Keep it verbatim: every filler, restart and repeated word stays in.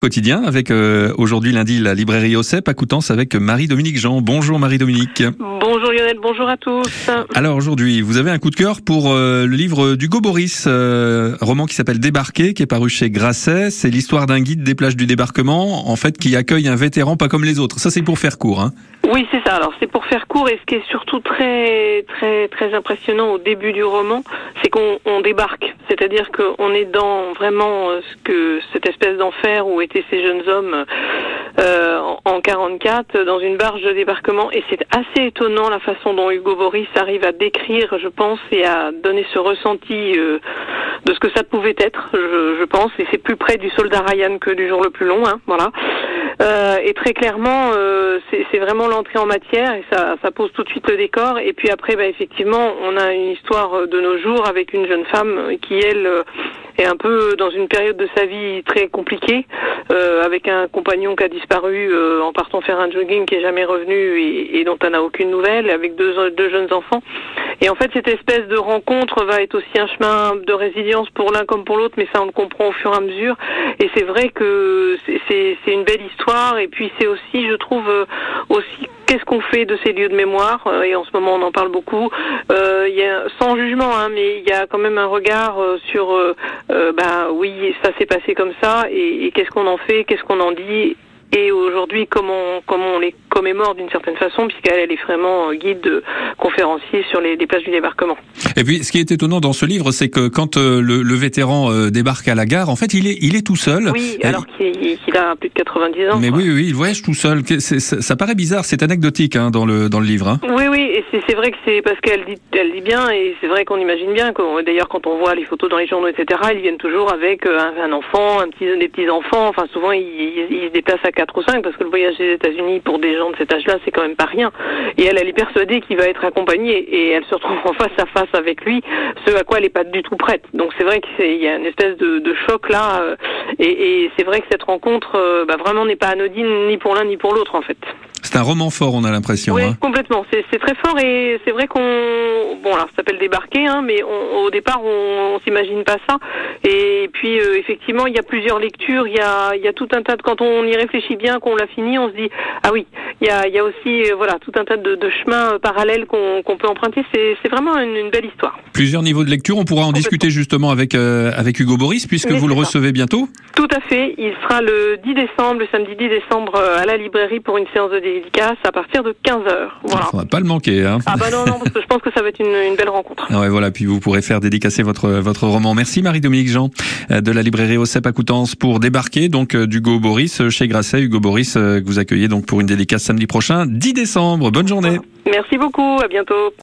Quotidien avec euh, aujourd'hui lundi la librairie Ossep à Coutances avec Marie-Dominique Jean. Bonjour Marie-Dominique. Bonjour Lionel, bonjour à tous. Alors aujourd'hui vous avez un coup de cœur pour euh, le livre d'Hugo Boris, euh, un roman qui s'appelle Débarquer, qui est paru chez Grasset. C'est l'histoire d'un guide des plages du débarquement, en fait, qui accueille un vétéran pas comme les autres. Ça c'est pour faire court, hein. Oui, c'est ça. Alors, c'est pour faire court, et ce qui est surtout très, très, très impressionnant au début du roman, c'est qu'on on débarque. C'est-à-dire qu'on est dans vraiment ce que cette espèce d'enfer où étaient ces jeunes hommes euh, en quarante-quatre, dans une barge de débarquement. Et c'est assez étonnant la façon dont Hugo Boris arrive à décrire, je pense, et à donner ce ressenti euh, de ce que ça pouvait être, je, je pense. Et c'est plus près du soldat Ryan que du jour le plus long, hein, voilà. Euh, et très clairement, euh, c'est, c'est vraiment l'entrée en matière, et ça, ça pose tout de suite le décor. Et puis après, bah, effectivement, on a une histoire de nos jours avec une jeune femme qui, elle, est un peu dans une période de sa vie très compliquée, euh, avec un compagnon qui a disparu euh, en partant faire un jogging, qui est jamais revenu et, et dont elle n'a aucune nouvelle, avec deux, deux jeunes enfants. Et en fait, cette espèce de rencontre va être aussi un chemin de résilience pour l'un comme pour l'autre, mais ça, on le comprend au fur et à mesure. Et c'est vrai que c'est, c'est, c'est une belle histoire. Et puis, c'est aussi, je trouve, euh, aussi, qu'est-ce qu'on fait de ces lieux de mémoire? Et en ce moment, on en parle beaucoup. Euh, y a, sans jugement, hein, mais il y a quand même un regard euh, sur, euh, euh, bah oui, ça s'est passé comme ça. Et, et qu'est-ce qu'on en fait? Qu'est-ce qu'on en dit? Et aujourd'hui, comment, comment on les commémore d'une certaine façon, puisqu'elle elle est vraiment guide de conférencier sur les, les plages du débarquement. Et puis, ce qui est étonnant dans ce livre, c'est que quand euh, le, le vétéran euh, débarque à la gare, en fait, il est, il est tout seul. Oui, alors qu'il, qu'il a plus de quatre-vingt-dix ans. Mais quoi. oui, oui, il voyage tout seul. C'est, ça, ça paraît bizarre, c'est anecdotique hein, dans le dans le livre. Hein. Oui, oui, et c'est, c'est vrai que c'est parce qu'elle dit, elle dit bien, et c'est vrai qu'on imagine bien. Qu'on, d'ailleurs, quand on voit les photos dans les journaux, et cetera, ils viennent toujours avec un, un enfant, un petit, des petits enfants. Enfin, souvent, ils, ils, ils se déplacent à quatre ou cinq, parce que le voyage des États-Unis pour des gens de cet âge-là, c'est quand même pas rien. Et elle, elle est persuadée qu'il va être accompagné, et elle se retrouve en face à face avec lui, ce à quoi elle est pas du tout prête. Donc c'est vrai qu'il y a une espèce de, de choc là, euh, et, et c'est vrai que cette rencontre, euh, bah, vraiment n'est pas anodine ni pour l'un ni pour l'autre en fait. C'est un roman fort, on a l'impression. Oui, hein. complètement. C'est, c'est très fort, et c'est vrai qu'on, bon, alors ça s'appelle Débarquer, hein, mais on, au départ on, on s'imagine pas ça. Et puis euh, effectivement, il y a plusieurs lectures, il y a, il y a tout un tas de, quand on y réfléchit bien, qu'on l'a fini, on se dit ah oui, il y a, il y a aussi euh, voilà tout un tas de, de chemins parallèles qu'on, qu'on peut emprunter. C'est, c'est vraiment une, une belle histoire. Plusieurs niveaux de lecture, on pourra en discuter justement avec euh, avec Hugo Boris, puisque mais vous le ça. recevez bientôt. Tout à fait. Il sera le dix décembre, le samedi dix décembre, à la librairie pour une séance de dédicace à partir de quinze heures. Voilà. On va pas le manquer. Hein. Ah bah non, non, parce que je pense que ça va être une, une belle rencontre. Ouais, voilà, puis vous pourrez faire dédicacer votre votre roman. Merci Marie-Dominique Jean de la librairie Ossep à Coutances pour Débarquer, donc d'Hugo Boris chez Grasset. Hugo Boris que vous accueillez donc pour une dédicace samedi prochain, dix décembre. Bonne journée. Merci beaucoup, à bientôt.